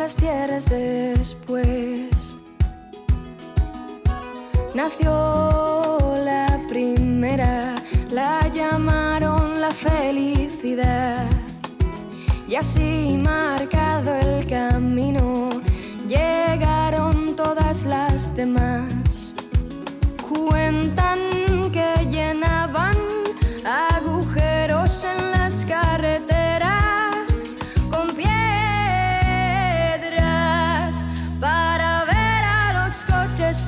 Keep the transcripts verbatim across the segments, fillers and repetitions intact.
las tierras después. Nació la primera, la llamaron la felicidad. Y así marcado el camino, llegaron todas las demás. Cuentan que llenaban agujeros en las carreteras con piedras para ver a los coches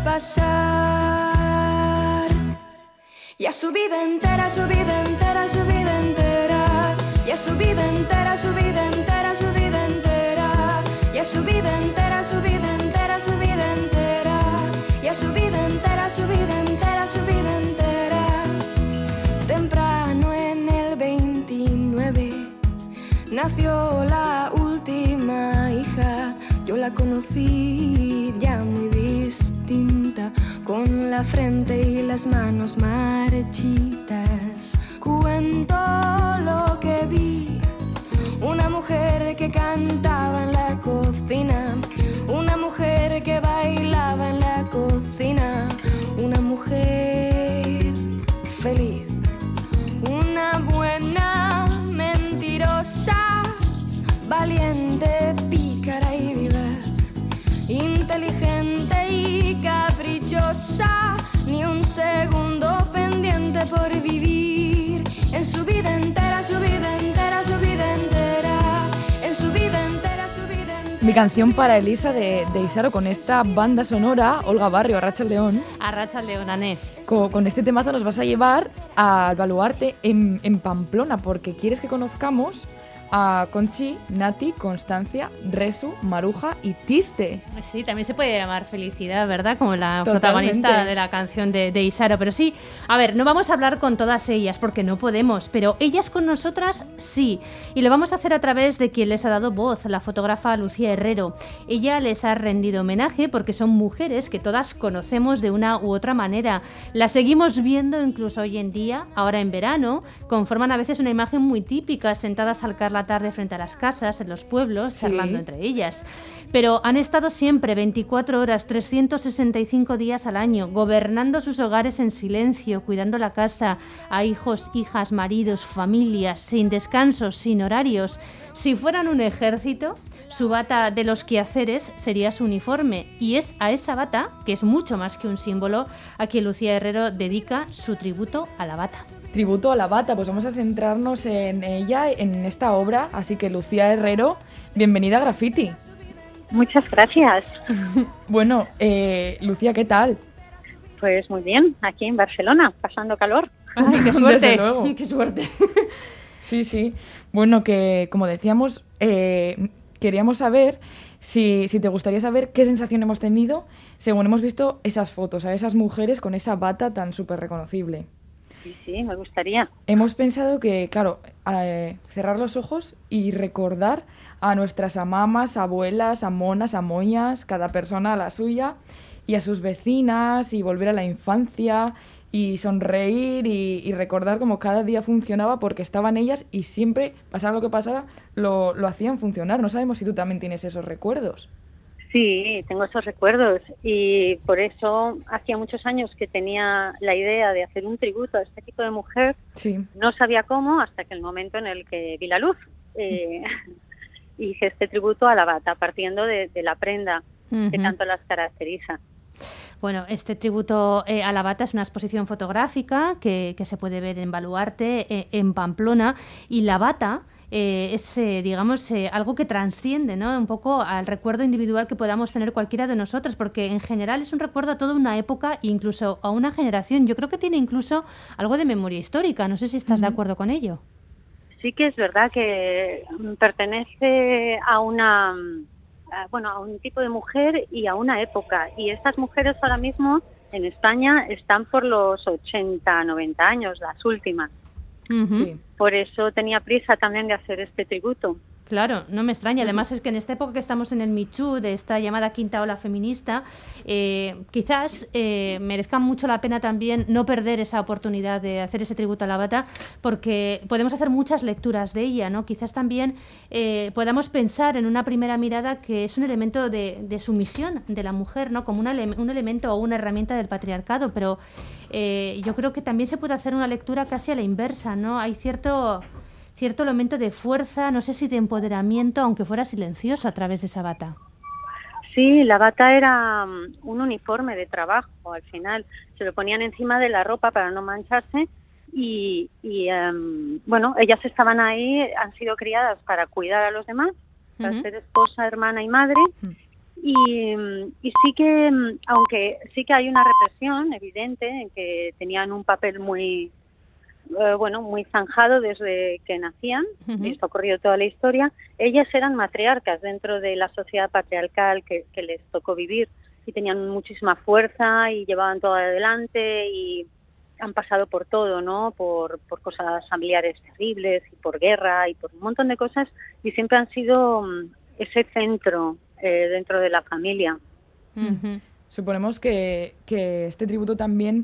pasar. Y a su vida entera, su vida entera, su vida entera. Y a su vida entera, su vida entera, su vida entera. Y a su vida entera, su vida entera, su vida entera. Y a su vida entera, su vida entera, su vida entera. Temprano en el veintinueve nació la última hija. Yo la conocí ya muy distinta, con la frente y las manos marchitas. Cuento lo que vi, una mujer que cantaba en la cocina, una mujer que bailaba en la cocina, una mujer feliz, una buena mentirosa, valiente, pícara y vivaz, inteligente y caprichosa, ni un segundo pendiente por vivir. En su vida entera, su vida entera, su vida entera. En su vida entera, su vida entera. Mi canción para Elisa de, de Isaro, con esta banda sonora. Olga Barrio, Arratsaldeon. Arratsaldeon, Ané. Con, con este temazo nos vas a llevar al Baluarte en, en Pamplona, porque quieres que conozcamos a Conchi, Nati, Constancia, Resu, Maruja y Tiste. Sí, también se puede llamar Felicidad, ¿verdad? Como la Totalmente. protagonista de la canción de, de Isaro. Pero sí, a ver, no vamos a hablar con todas ellas porque no podemos, pero ellas con nosotras sí. Y lo vamos a hacer a través de quien les ha dado voz, la fotógrafa Lucía Herrero. Ella les ha rendido homenaje porque son mujeres que todas conocemos de una u otra manera. Las seguimos viendo incluso hoy en día, ahora en verano, conforman a veces una imagen muy típica, sentadas al caer la tarde frente a las casas, en los pueblos, Sí. charlando entre ellas. Pero han estado siempre veinticuatro horas, trescientos sesenta y cinco días al año, gobernando sus hogares en silencio, cuidando la casa, a hijos, hijas, maridos, familias, sin descansos, sin horarios. Si fueran un ejército, su bata de los quehaceres sería su uniforme. Y es a esa bata, que es mucho más que un símbolo, a quien Lucía Herrero dedica su tributo a la bata. Tributo a la bata, pues vamos a centrarnos en ella, en esta obra. Así que Lucía Herrero, bienvenida a Graffiti. Muchas gracias. Bueno, eh, Lucía, ¿qué tal? Pues muy bien, aquí en Barcelona, pasando calor. ¡Ay, qué suerte! Desde luego. ¡Qué suerte! Sí, sí. Bueno, que como decíamos, eh, queríamos saber si, si te gustaría saber qué sensación hemos tenido según hemos visto esas fotos, a esas mujeres con esa bata tan súper reconocible. Sí, sí, me gustaría. Hemos pensado que, claro, eh, cerrar los ojos y recordar a nuestras amamas, abuelas, amonas, amoñas, cada persona a la suya, y a sus vecinas, y volver a la infancia, y sonreír, y, y recordar cómo cada día funcionaba porque estaban ellas y siempre, pasara lo que pasara, lo, lo hacían funcionar. No sabemos si tú también tienes esos recuerdos. Sí, tengo esos recuerdos y por eso hacía muchos años que tenía la idea de hacer un tributo a este tipo de mujer. Sí. No sabía cómo hasta que el momento en el que vi la luz. Eh, hice este tributo a la bata, partiendo de, de la prenda Uh-huh. que tanto las caracteriza. Bueno, este tributo eh, a la bata es una exposición fotográfica que, que se puede ver en Baluarte, eh, en Pamplona, y la bata eh, es, eh, digamos, eh, algo que transciende, ¿no?, un poco al recuerdo individual que podamos tener cualquiera de nosotros, porque en general es un recuerdo a toda una época e incluso a una generación. Yo creo que tiene incluso algo de memoria histórica. No sé si estás Uh-huh. de acuerdo con ello. Sí que es verdad que pertenece a una... bueno, a un tipo de mujer y a una época. Y estas mujeres ahora mismo en España están por los ochenta, noventa años, las últimas. Uh-huh. Sí. Por eso tenía prisa también de hacer este tributo. Claro, no me extraña. Además es que en esta época que estamos en el Me Too, de esta llamada quinta ola feminista, eh, quizás eh, merezca mucho la pena también no perder esa oportunidad de hacer ese tributo a la bata, porque podemos hacer muchas lecturas de ella, ¿no? Quizás también eh, podamos pensar en una primera mirada que es un elemento de, de sumisión de la mujer, ¿no? Como una ele- un elemento o una herramienta del patriarcado, pero eh, yo creo que también se puede hacer una lectura casi a la inversa, ¿no? Hay cierto... cierto elemento de fuerza, no sé si de empoderamiento, aunque fuera silencioso a través de esa bata. Sí, la bata era um, un uniforme de trabajo, al final se lo ponían encima de la ropa para no mancharse y, y um, bueno, ellas estaban ahí, han sido criadas para cuidar a los demás, uh-huh. para ser esposa, hermana y madre. Uh-huh. Y, y sí que, aunque sí que hay una represión evidente en que tenían un papel muy... Eh, bueno, muy zanjado desde que nacían, uh-huh. y esto ha ocurrido toda la historia, ellas eran matriarcas dentro de la sociedad patriarcal que, que les tocó vivir y tenían muchísima fuerza y llevaban todo adelante y han pasado por todo, ¿no? Por, por cosas familiares terribles y por guerra y por un montón de cosas y siempre han sido um, ese centro eh, dentro de la familia. Uh-huh. Suponemos que, que este tributo también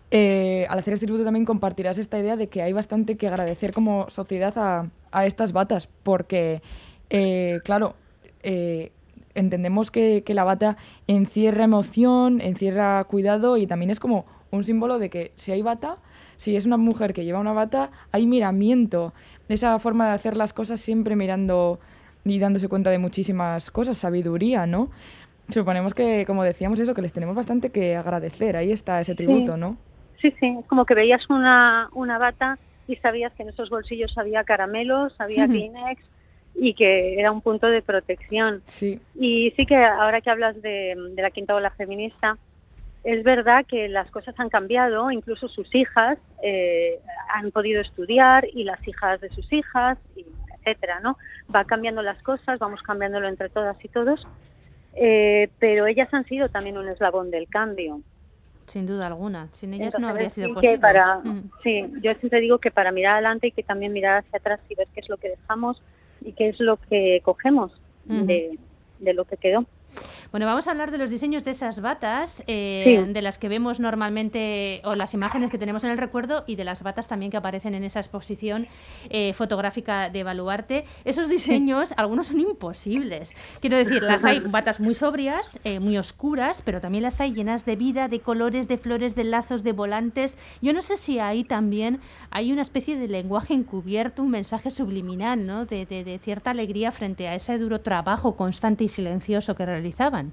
Eh, al hacer este tributo también compartirás esta idea de que hay bastante que agradecer como sociedad a, a estas batas, porque, eh, claro, eh, entendemos que, que la bata encierra emoción, encierra cuidado y también es como un símbolo de que si hay bata, si es una mujer que lleva una bata, hay miramiento, esa forma de hacer las cosas siempre mirando y dándose cuenta de muchísimas cosas, sabiduría, ¿no? Suponemos que, como decíamos eso, que les tenemos bastante que agradecer, ahí está ese tributo, sí. ¿no? Sí, sí, es como que veías una, una bata y sabías que en esos bolsillos había caramelos, había Kleenex y que era un punto de protección. Sí. Y sí que ahora que hablas de, de la quinta ola feminista, es verdad que las cosas han cambiado, incluso sus hijas eh, han podido estudiar y las hijas de sus hijas, y etcétera, ¿no? Va cambiando las cosas, vamos cambiándolo entre todas y todos, eh, pero ellas han sido también un eslabón del cambio. Sin duda alguna, sin ellas Entonces, no habría sido sí posible. Que para, mm. Sí, yo siempre digo que para mirar adelante hay que también mirar hacia atrás y ver qué es lo que dejamos y qué es lo que cogemos uh-huh. de, de lo que quedó. Bueno, vamos a hablar de los diseños de esas batas, eh, sí. de las que vemos normalmente, o las imágenes que tenemos en el recuerdo, y de las batas también que aparecen en esa exposición eh, fotográfica de Baluarte. Esos diseños, sí. algunos son imposibles. Quiero decir, las hay batas muy sobrias, eh, muy oscuras, pero también las hay llenas de vida, de colores, de flores, de lazos, de volantes. Yo no sé si ahí también hay una especie de lenguaje encubierto, un mensaje subliminal, ¿no? De, de, de cierta alegría frente a ese duro trabajo constante y silencioso que realizaban.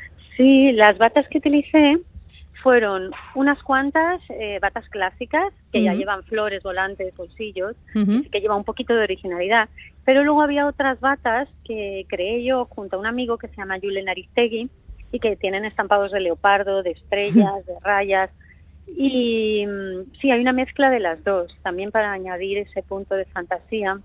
Sí, las batas que utilicé fueron unas cuantas eh, batas clásicas que uh-huh. ya llevan flores, volantes, bolsillos, uh-huh. que llevan un poquito de originalidad, pero luego había otras batas que creé yo junto a un amigo que se llama Julen Aristegui y que tienen estampados de leopardo, de estrellas, de rayas y sí, hay una mezcla de las dos, también para añadir ese punto de fantasía.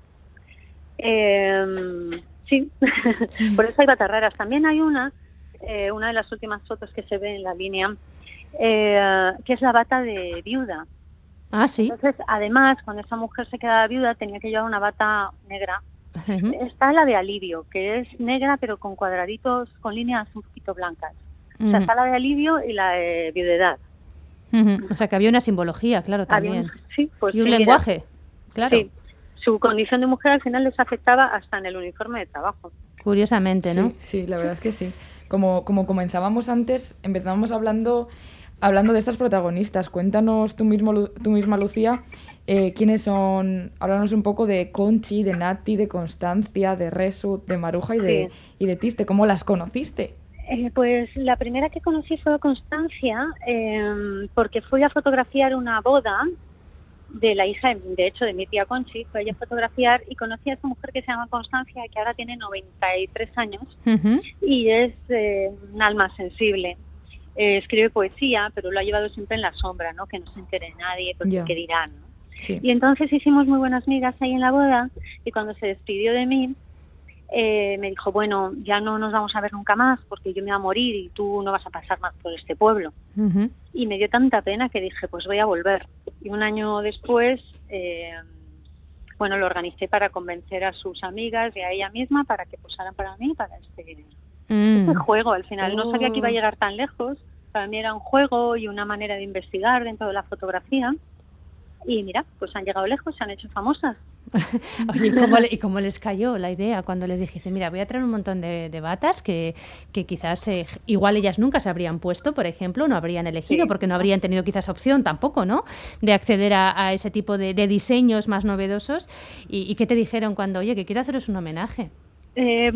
Eh, sí, por eso hay batas raras. También hay una Eh, una de las últimas fotos que se ve en la línea, eh, que es la bata de viuda. Ah, sí. Entonces, además, cuando esa mujer se quedaba viuda, tenía que llevar una bata negra. Uh-huh. Está la de alivio, que es negra, pero con cuadraditos, con líneas un poquito blancas. Uh-huh. O sea, está la de alivio y la de viudedad. Uh-huh. O sea, que había una simbología, claro, también. Había, sí, pues y un sí, lenguaje, era, claro. Sí. Su condición de mujer al final les afectaba hasta en el uniforme de trabajo. Curiosamente, ¿no? Sí, sí, la verdad es que sí. Como, como comenzábamos antes, empezábamos hablando, hablando de estas protagonistas. Cuéntanos tú, mismo, tú misma, Lucía, eh, quiénes son, háblanos un poco de Conchi, de Nati, de Constancia, de Resu, de Maruja y de, sí. y de Tiste. ¿Cómo las conociste? Eh, pues la primera que conocí fue Constancia, eh, porque fui a fotografiar una boda de la hija, de hecho, de mi tía Conchi, fue ella a fotografiar y conocí a esta mujer que se llama Constancia, que ahora tiene noventa y tres años uh-huh. y es eh, un alma sensible. Eh, escribe poesía, pero lo ha llevado siempre en la sombra, ¿no? Que no se entere nadie, porque yeah. qué dirán, ¿no? Sí. Y entonces hicimos muy buenas migas ahí en la boda y cuando se despidió de mí, eh, me dijo, bueno, ya no nos vamos a ver nunca más porque yo me voy a morir y tú no vas a pasar más por este pueblo. Uh-huh. Y me dio tanta pena que dije, pues voy a volver. Y un año después, eh, bueno, lo organicé para convencer a sus amigas y a ella misma para que posaran para mí, para este, Mm. este juego. Al final Oh. no sabía que iba a llegar tan lejos. Para mí era un juego y una manera de investigar dentro de la fotografía. Y mira, pues han llegado lejos, se han hecho famosas. Oye, ¿y cómo, le- y cómo les cayó la idea cuando les dijiste, mira, voy a traer un montón de, de batas que, que quizás eh, igual ellas nunca se habrían puesto, por ejemplo, no habrían elegido, Sí. porque no habrían tenido quizás opción tampoco, ¿no?, de acceder a, a ese tipo de, de diseños más novedosos. ¿Y, y qué te dijeron cuando, oye, que quiero haceros un homenaje? Eh,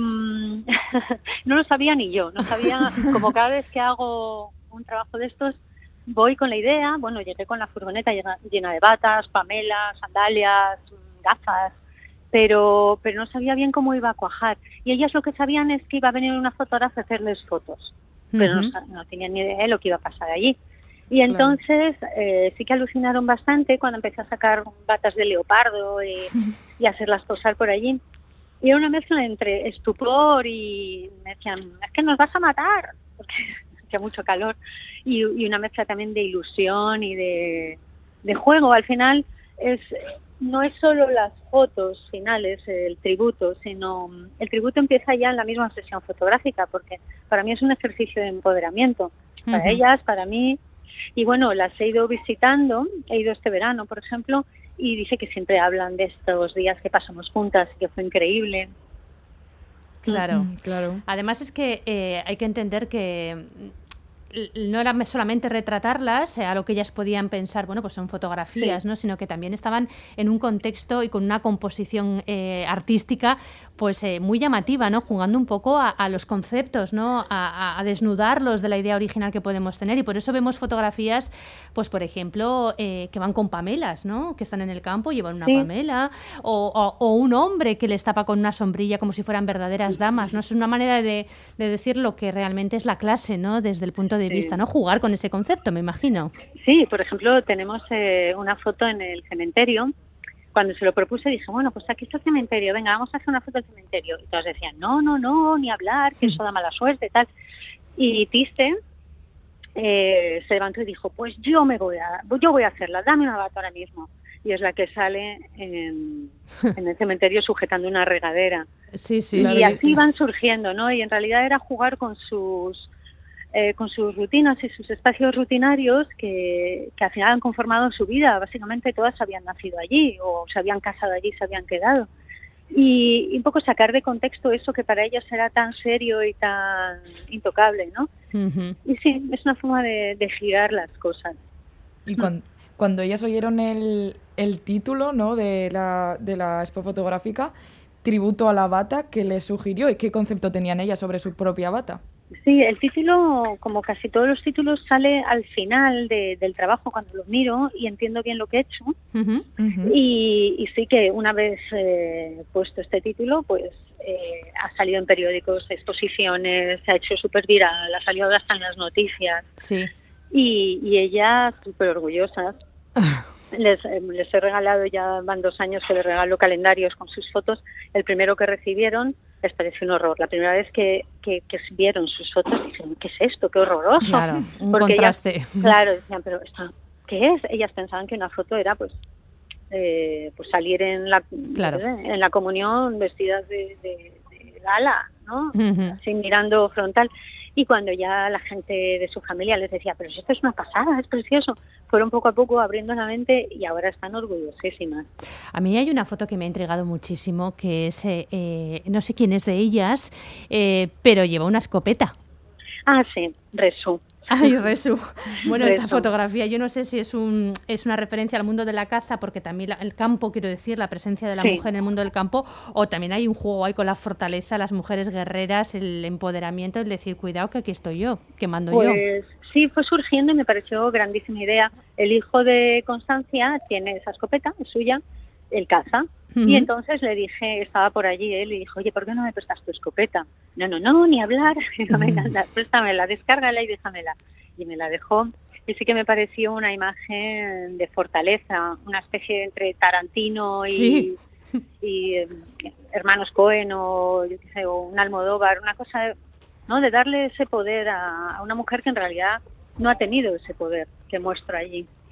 no lo sabía ni yo, no sabía, como cada vez que hago un trabajo de estos, voy con la idea, bueno, llegué con la furgoneta llena, llena de batas, pamelas, sandalias, gafas, pero pero no sabía bien cómo iba a cuajar. Y ellas lo que sabían es que iba a venir una fotógrafa a hacerles fotos, pero no, Ujú. sa- no tenían ni idea de lo que iba a pasar allí. Y entonces eh, sí que alucinaron bastante cuando empecé a sacar batas de leopardo y, y hacerlas posar por allí. Y era una mezcla entre estupor y me decían, es que nos vas a matar, porque hacía mucho calor, y, y una mezcla también de ilusión y de, de juego. Al final es no es solo las fotos finales, el tributo, sino el tributo empieza ya en la misma sesión fotográfica, porque para mí es un ejercicio de empoderamiento, para Ujú. ellas, para mí. Y bueno, las he ido visitando, he ido este verano, por ejemplo, y dice que siempre hablan de estos días que pasamos juntas, que fue increíble. Claro. Mm, claro. Además es que eh, hay que entender que l- no era solamente retratarlas, eh, a lo que ellas podían pensar, bueno, pues son fotografías, Sí. ¿no?, sino que también estaban en un contexto y con una composición eh, artística pues eh, muy llamativa, ¿no?, jugando un poco a, a los conceptos, ¿no?, a, a- a desnudarlos de la idea original que podemos tener, y por eso vemos fotografías, pues por ejemplo, eh, que van con pamelas, ¿no?, que están en el campo, llevan una Sí. pamela, o, o- o un hombre que les tapa con una sombrilla como si fueran verdaderas damas, ¿no? Es una manera de, de decir lo que realmente es la clase, ¿no?, desde el punto de Sí. vista, ¿no?, jugar con ese concepto, me imagino. Sí, por ejemplo, tenemos eh, una foto en el cementerio. Cuando se lo propuse dije, bueno, pues aquí está el cementerio, venga, vamos a hacer una foto del cementerio. Y todos decían, no, no, no, ni hablar, que eso da mala suerte, tal. Y Tiste eh, se levantó y dijo, pues yo me voy a, yo voy a hacerla, dame una bata ahora mismo. Y es la que sale en, en el cementerio sujetando una regadera. Sí, sí, y Claro, así sí. van surgiendo, ¿no? Y en realidad era jugar con sus eh, con sus rutinas y sus espacios rutinarios que, que al final han conformado su vida. Básicamente todas habían nacido allí o se habían casado allí, se habían quedado. Y, y un poco sacar de contexto eso que para ellas era tan serio y tan intocable, ¿no? Ujú. Y sí, es una forma de, de girar las cosas. Y cuan- cuando ellas oyeron el, el título, ¿no?, de la, de la expo fotográfica, Tributo a la bata, ¿qué les sugirió y qué concepto tenían ellas sobre su propia bata? Sí, el título, como casi todos los títulos, sale al final de, del trabajo cuando lo miro y entiendo bien lo que he hecho. Ujú. Ujú. Y, y sí que una vez eh, puesto este título, pues eh, ha salido en periódicos, exposiciones, se ha hecho súper viral, ha salido hasta en las noticias. Sí. Y, y ellas súper orgullosas. Les, eh, les he regalado, ya van dos años que les regalo calendarios con sus fotos. El primero que recibieron les pareció un horror. La primera vez que, que, que vieron sus fotos dijeron, ¿qué es esto? ¡Qué horroroso! Claro, un Porque ellas- contraste. claro, decían, pero esto, ¿qué es? Ellas pensaban que una foto era pues eh, pues salir en la Claro. no sé, en la comunión vestidas de, de, de gala, ¿no? Ujú. Así mirando frontal. Y cuando ya la gente de su familia les decía, pero si esto es una pasada, es precioso, fueron poco a poco abriendo la mente y ahora están orgullosísimas. A mí hay una foto que me ha intrigado muchísimo, que es, eh, eh, no sé quién es de ellas, eh, pero lleva una escopeta. Ah, sí, Resú. Ay, Resu. Bueno, esta Resu. fotografía, yo no sé si es un es una referencia al mundo de la caza, porque también la- el campo, quiero decir, la presencia de la Sí. mujer en el mundo del campo, o también hay un juego ahí con la fortaleza, las mujeres guerreras, el empoderamiento, el decir, cuidado que aquí estoy yo, que mando yo. Pues sí, fue surgiendo y me pareció grandísima idea. El hijo de Constancia tiene esa escopeta, es suya, él caza. Ujú. Y entonces le dije, estaba por allí él, y dijo, oye, ¿por qué no me prestas tu escopeta? No, no, no, ni hablar. Digo, venga, anda, préstamela, descárgala y déjamela. Y me la dejó. Y sí que me pareció una imagen de fortaleza, una especie entre Tarantino y, Sí. y eh, hermanos Cohen o, yo qué sé, o un Almodóvar, una cosa, ¿no?, de darle ese poder a, a una mujer que en realidad no ha tenido ese poder que muestra allí.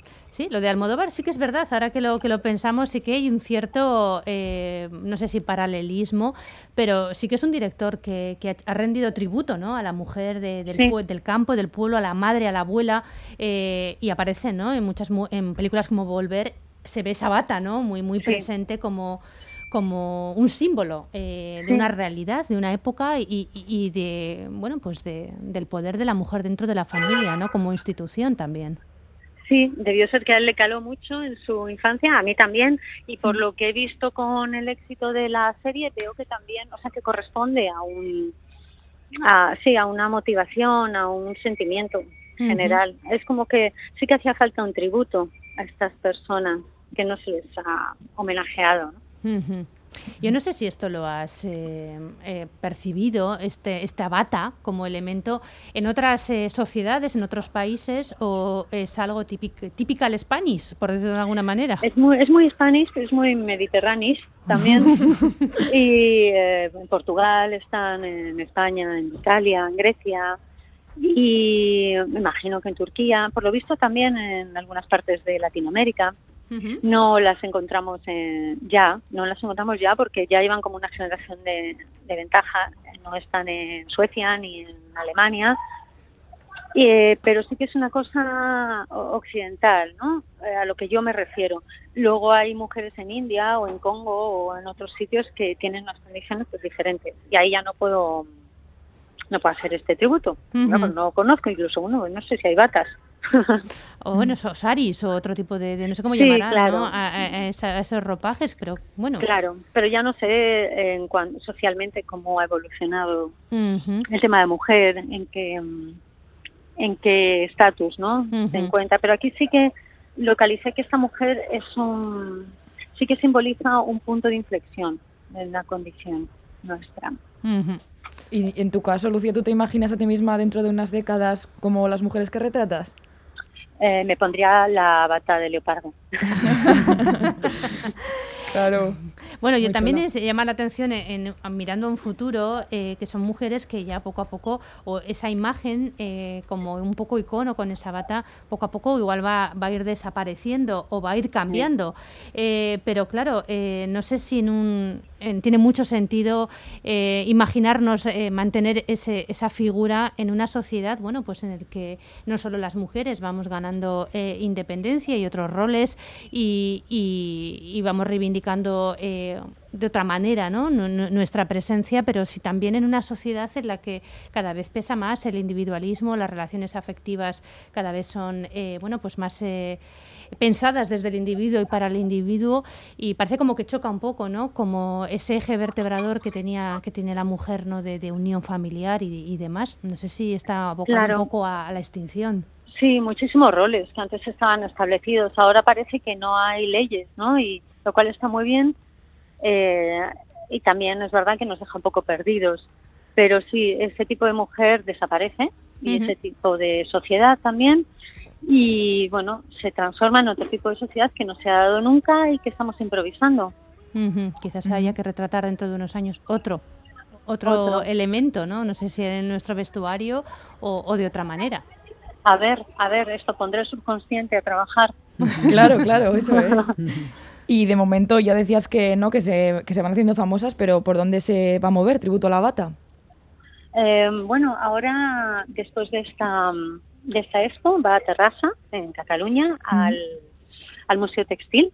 Sí, lo de Almodóvar sí que es verdad, ahora que lo que lo pensamos sí que hay un cierto, eh, no sé si paralelismo, pero sí que es un director que, que ha rendido tributo, ¿no?, a la mujer de, del, sí. del campo, del pueblo, a la madre, a la abuela, eh, y aparece, ¿no?, en muchas en películas como Volver, se ve esa bata, ¿no?, muy, muy sí. presente como... como un símbolo eh, de sí. una realidad, de una época y, y, y de, bueno, pues de, del poder de la mujer dentro de la familia, ¿no?, como institución también. Sí, debió ser que a él le caló mucho en su infancia, a mí también, y por lo que he visto con el éxito de la serie, veo que también, o sea, que corresponde a un, a, sí, a una motivación, a un sentimiento uh-huh. general. Es como que sí que hacía falta un tributo a estas personas que no se les ha homenajeado, ¿no? Uh-huh. Yo no sé si esto lo has eh, eh, percibido, este, esta bata como elemento en otras eh, sociedades, en otros países, o es algo típico, typical Spanish, por decirlo de alguna manera. Es muy, es muy Spanish, es muy mediterráneo también. Y eh, en Portugal están, en España, en Italia, en Grecia, y me imagino que en Turquía, por lo visto también en algunas partes de Latinoamérica. Uh-huh. No las encontramos en, ya, no las encontramos ya porque ya llevan como una generación de, de ventaja, no están en Suecia ni en Alemania, eh, pero sí que es una cosa occidental, ¿no? Eh, a lo que yo me refiero. Luego hay mujeres en India o en Congo o en otros sitios que tienen unas condiciones pues, diferentes y ahí ya no puedo no puedo hacer este tributo. Uh-huh. No, pues no conozco, incluso uno, no sé si hay batas. O bueno, esos saris o otro tipo de, de no sé cómo sí, llamarán, claro. ¿no? a, a, a, esa, a esos ropajes, pero bueno. Claro, pero ya no sé en cuan, socialmente cómo ha evolucionado uh-huh. el tema de mujer, en qué en qué estatus, ¿no? Uh-huh. se encuentra. Pero aquí sí que localicé que esta mujer es un, sí que simboliza un punto de inflexión en la condición nuestra. Uh-huh. Y en tu caso, Lucía, ¿tú te imaginas a ti misma dentro de unas décadas como las mujeres que retratas? Eh, me pondría la bata de leopardo. Claro. Bueno, yo también es, llama la atención en, en, mirando un futuro eh, que son mujeres que ya poco a poco, o esa imagen eh, como un poco icono con esa bata, poco a poco igual va, va a ir desapareciendo o va a ir cambiando. Sí. Eh, pero claro, eh, no sé si en un, en, tiene mucho sentido eh, imaginarnos eh, mantener ese, esa figura en una sociedad, bueno, pues en el que no solo las mujeres vamos ganando eh, independencia y otros roles y, y, y vamos reivindicando eh, de otra manera, ¿no? nuestra presencia, pero sí también en una sociedad en la que cada vez pesa más el individualismo, las relaciones afectivas cada vez son eh, bueno, pues más eh, pensadas desde el individuo y para el individuo, y parece como que choca un poco, ¿no? Como ese eje vertebrador que tenía que tiene la mujer, ¿no? de, de unión familiar y, y demás. No sé si está abocado claro. un poco a, a la extinción. Sí, muchísimos roles que antes estaban establecidos. Ahora parece que no hay leyes, ¿no? Y lo cual está muy bien. Eh, y también es verdad que nos deja un poco perdidos, pero sí, ese tipo de mujer desaparece y uh-huh. ese tipo de sociedad también, y bueno, se transforma en otro tipo de sociedad que no se ha dado nunca y que estamos improvisando. Uh-huh. Quizás uh-huh. haya que retratar dentro de unos años otro otro, otro. elemento, ¿no? No sé si en nuestro vestuario o, o de otra manera. A ver, a ver, esto pondré el subconsciente a trabajar. Claro, claro, eso es. Y de momento ya decías que no, que se, que se van haciendo famosas, pero ¿por dónde se va a mover Tributo a la Bata? Eh, bueno, ahora después de esta de esta expo va a Terrassa, en Cataluña, mm. al, al Museo Textil,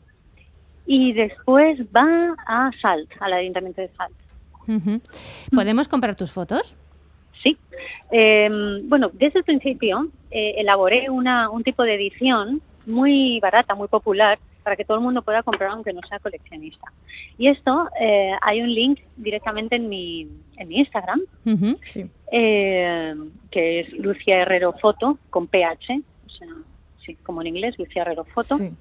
y después va a Salt, al Ayuntamiento de Salt. Uh-huh. ¿Podemos comprar tus fotos? Sí. Eh, bueno, desde el principio eh, elaboré una, un tipo de edición muy barata, muy popular, para que todo el mundo pueda comprar aunque no sea coleccionista. Y esto, eh, hay un link directamente en mi, en mi Instagram, uh-huh. sí. eh, que es Lucía Herrero Foto, con P H, o sea, sí, como en inglés, Lucía Herrero Foto. Sí.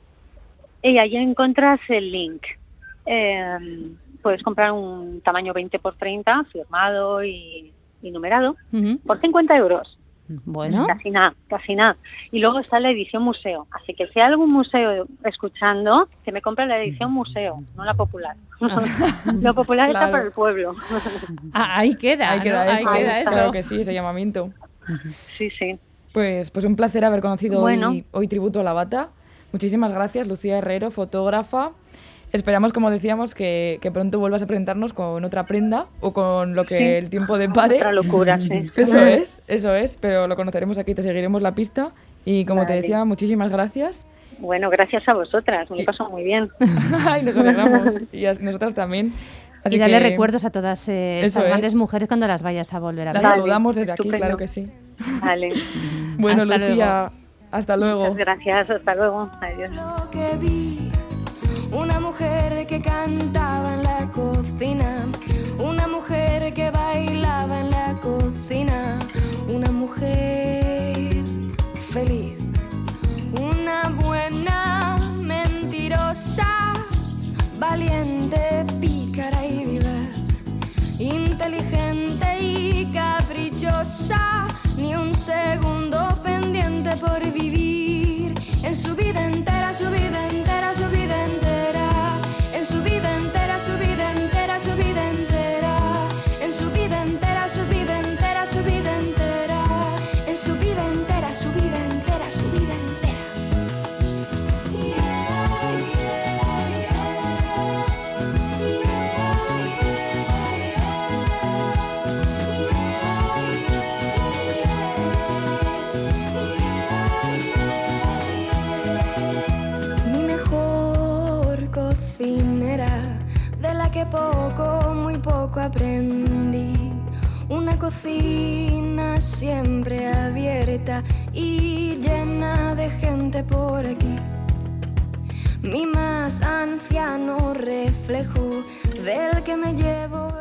Y allí encuentras el link. Eh, puedes comprar un tamaño veinte por treinta, firmado y, y numerado, uh-huh. por cincuenta euros. Bueno. Casi nada, casi nada. Y luego está la edición museo. Así que si hay algún museo escuchando, que me compre la edición museo, no la popular. Lo popular claro. está para el pueblo. Ah, ahí queda, ahí queda, ¿no? eso, ahí queda eso. Claro que sí, ese llamamiento. Sí, sí. Pues, pues un placer haber conocido Bueno. hoy, hoy Tributo a la Bata. Muchísimas gracias, Lucía Herrero, fotógrafa. Esperamos, como decíamos, que, que pronto vuelvas a presentarnos con otra prenda o con lo que Sí. el tiempo depare. Otra locura, sí. Eso es, eso es, pero lo conoceremos aquí, te seguiremos la pista. Y como te Vale. decía, muchísimas gracias. Bueno, gracias a vosotras, me lo paso muy bien. Ay, nos alegramos. Y a nosotras también. Así y darle que recuerdos a todas eh, Eso estas es. grandes mujeres cuando las vayas a volver a las ver. Vale, saludamos desde aquí, estupendo. claro que sí. Vale, Bueno, Hasta Lucía, hasta luego. muchas gracias, hasta luego, adiós. Lo que vi, una mujer que cantaba en la cocina, una mujer que bailaba en la cocina, una mujer feliz, una buena mentirosa, valiente, pícara y vivaz, inteligente y caprichosa, ni un segundo pendiente por vivir. En su vida entera, su vida entera, su vida entera. En su vida entera, su vida entera, su vida entera. En su vida entera, su vida entera, su vida entera. En su vida entera, su vida entera, su vida entera. Yeah, yeah, yeah. Mi mejor cocinera, de la que poco, muy poco aprendí. Una cocina siempre abierta y llena de gente por aquí. Mi más anciano reflejo del que me llevo.